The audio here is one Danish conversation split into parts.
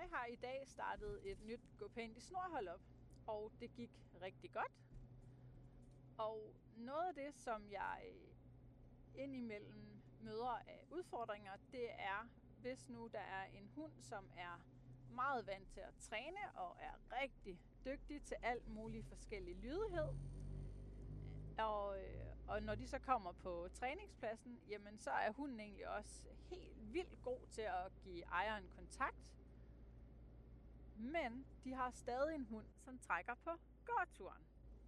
Jeg har i dag startet et nyt Gå Pænt i Snor-hold op, og det gik rigtig godt. Og noget af det, som jeg indimellem møder af udfordringer, det er, hvis nu der er en hund, som er meget vant til at træne og er rigtig dygtig til alt muligt forskellig lydighed. Og når de så kommer på træningspladsen, jamen så er hunden egentlig også helt vildt god til at give ejeren kontakt. Men de har stadig en hund, som trækker på gåturen.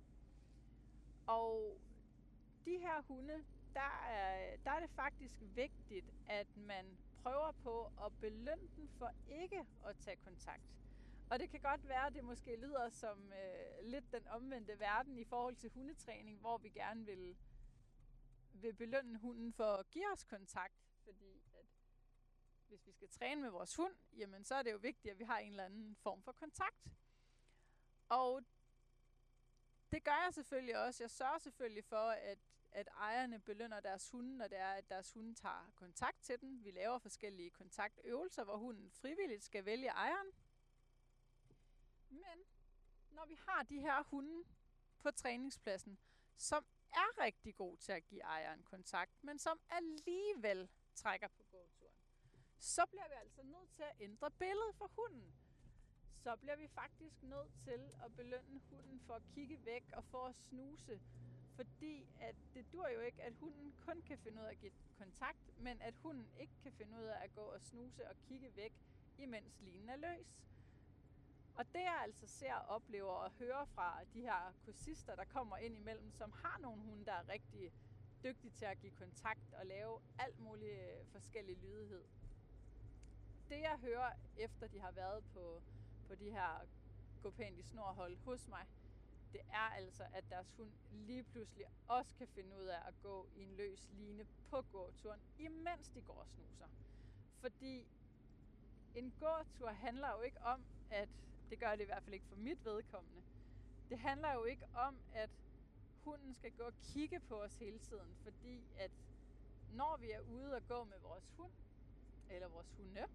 Og de her hunde, der er det faktisk vigtigt, at man prøver på at belønne den for ikke at tage kontakt. Og det kan godt være, at det måske lyder som lidt den omvendte verden i forhold til hundetræning, hvor vi gerne vil belønne hunden for at give os kontakt. Fordi at hvis vi skal træne med vores hund, jamen så er det jo vigtigt, at vi har en eller anden form for kontakt. Og det gør jeg selvfølgelig også. Jeg sørger selvfølgelig for, at ejerne belønner deres hunde, når det er, at deres hunde tager kontakt til den. Vi laver forskellige kontaktøvelser, hvor hunden frivilligt skal vælge ejeren. Men når vi har de her hunde på træningspladsen, som er rigtig god til at give ejeren kontakt, men som alligevel trækker på gåturen, så bliver vi altså nødt til at ændre billedet for hunden. Så bliver vi faktisk nødt til at belønne hunden for at kigge væk og for at snuse. Fordi at det dur jo ikke, at hunden kun kan finde ud af at give kontakt, men at hunden ikke kan finde ud af at gå og snuse og kigge væk, imens linen er løs. Og det jeg altså ser, oplever og hører fra de her kursister, der kommer ind imellem, som har nogle hunde, der er rigtig dygtige til at give kontakt og lave alt muligt forskellig lydighed. Det jeg hører, efter de har været på de her Gå Pænt i Snor-hold hos mig, det er altså, at deres hund lige pludselig også kan finde ud af at gå i en løs line på gåturen, imens de går og snuser. Fordi en gåtur handler jo ikke om, at det gør det i hvert fald ikke for mit vedkommende. Det handler jo ikke om, at hunden skal gå og kigge på os hele tiden, fordi at når vi er ude og gå med vores hund, eller vores hunde,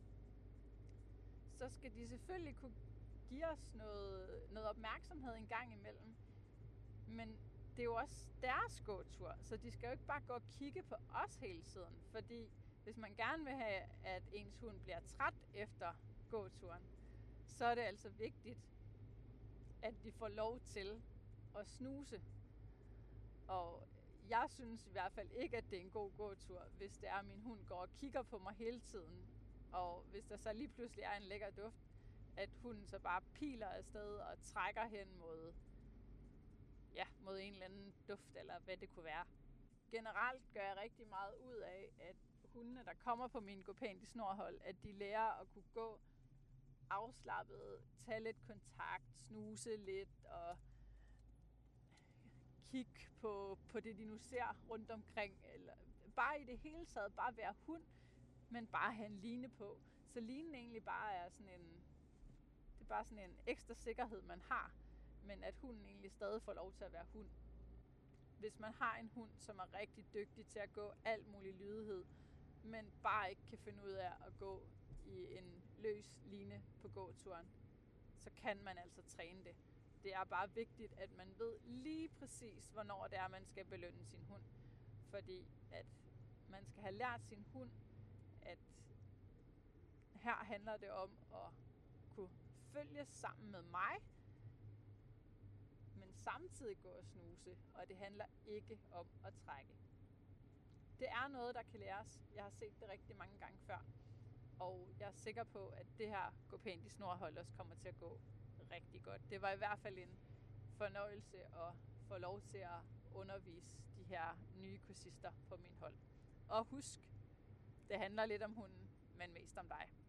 så skal de selvfølgelig kunne give os noget opmærksomhed en gang imellem. Men det er jo også deres gåtur, så de skal jo ikke bare gå og kigge på os hele tiden. Fordi hvis man gerne vil have, at ens hund bliver træt efter gåturen, så er det altså vigtigt, at de får lov til at snuse. Og jeg synes i hvert fald ikke, at det er en god gåtur, hvis det er, at min hund går og kigger på mig hele tiden. Og hvis der så lige pludselig er en lækker duft, at hunden så bare piler afsted og trækker hen mod en eller anden duft, eller hvad det kunne være. Generelt gør jeg rigtig meget ud af, at hundene, der kommer på min Gå Pænt i Snor-hold, at de lærer at kunne gå afslappet, tage lidt kontakt, snuse lidt og kigge på det, de nu ser rundt omkring. Eller bare i det hele taget, bare være hund, men bare have en line på. Så linen egentlig bare er sådan en ekstra sikkerhed, man har, men at hunden egentlig stadig får lov til at være hund. Hvis man har en hund, som er rigtig dygtig til at gå alt mulig lydighed, men bare ikke kan finde ud af at gå i en løs line på gåturen, så kan man altså træne det. Det er bare vigtigt, at man ved lige præcis, hvornår det er, man skal belønne sin hund. Fordi at man skal have lært sin hund, at her handler det om at kunne følges sammen med mig, men samtidig gå og snuse, og det handler ikke om at trække. Det er noget, der kan læres. Jeg har set det rigtig mange gange før, og jeg er sikker på, at det her Gå Pænt i Snor-hold også kommer til at gå rigtig godt. Det var i hvert fald en fornøjelse at få lov til at undervise de her nye kursister på min hold. Og husk, det handler lidt om hunden, men mest om dig.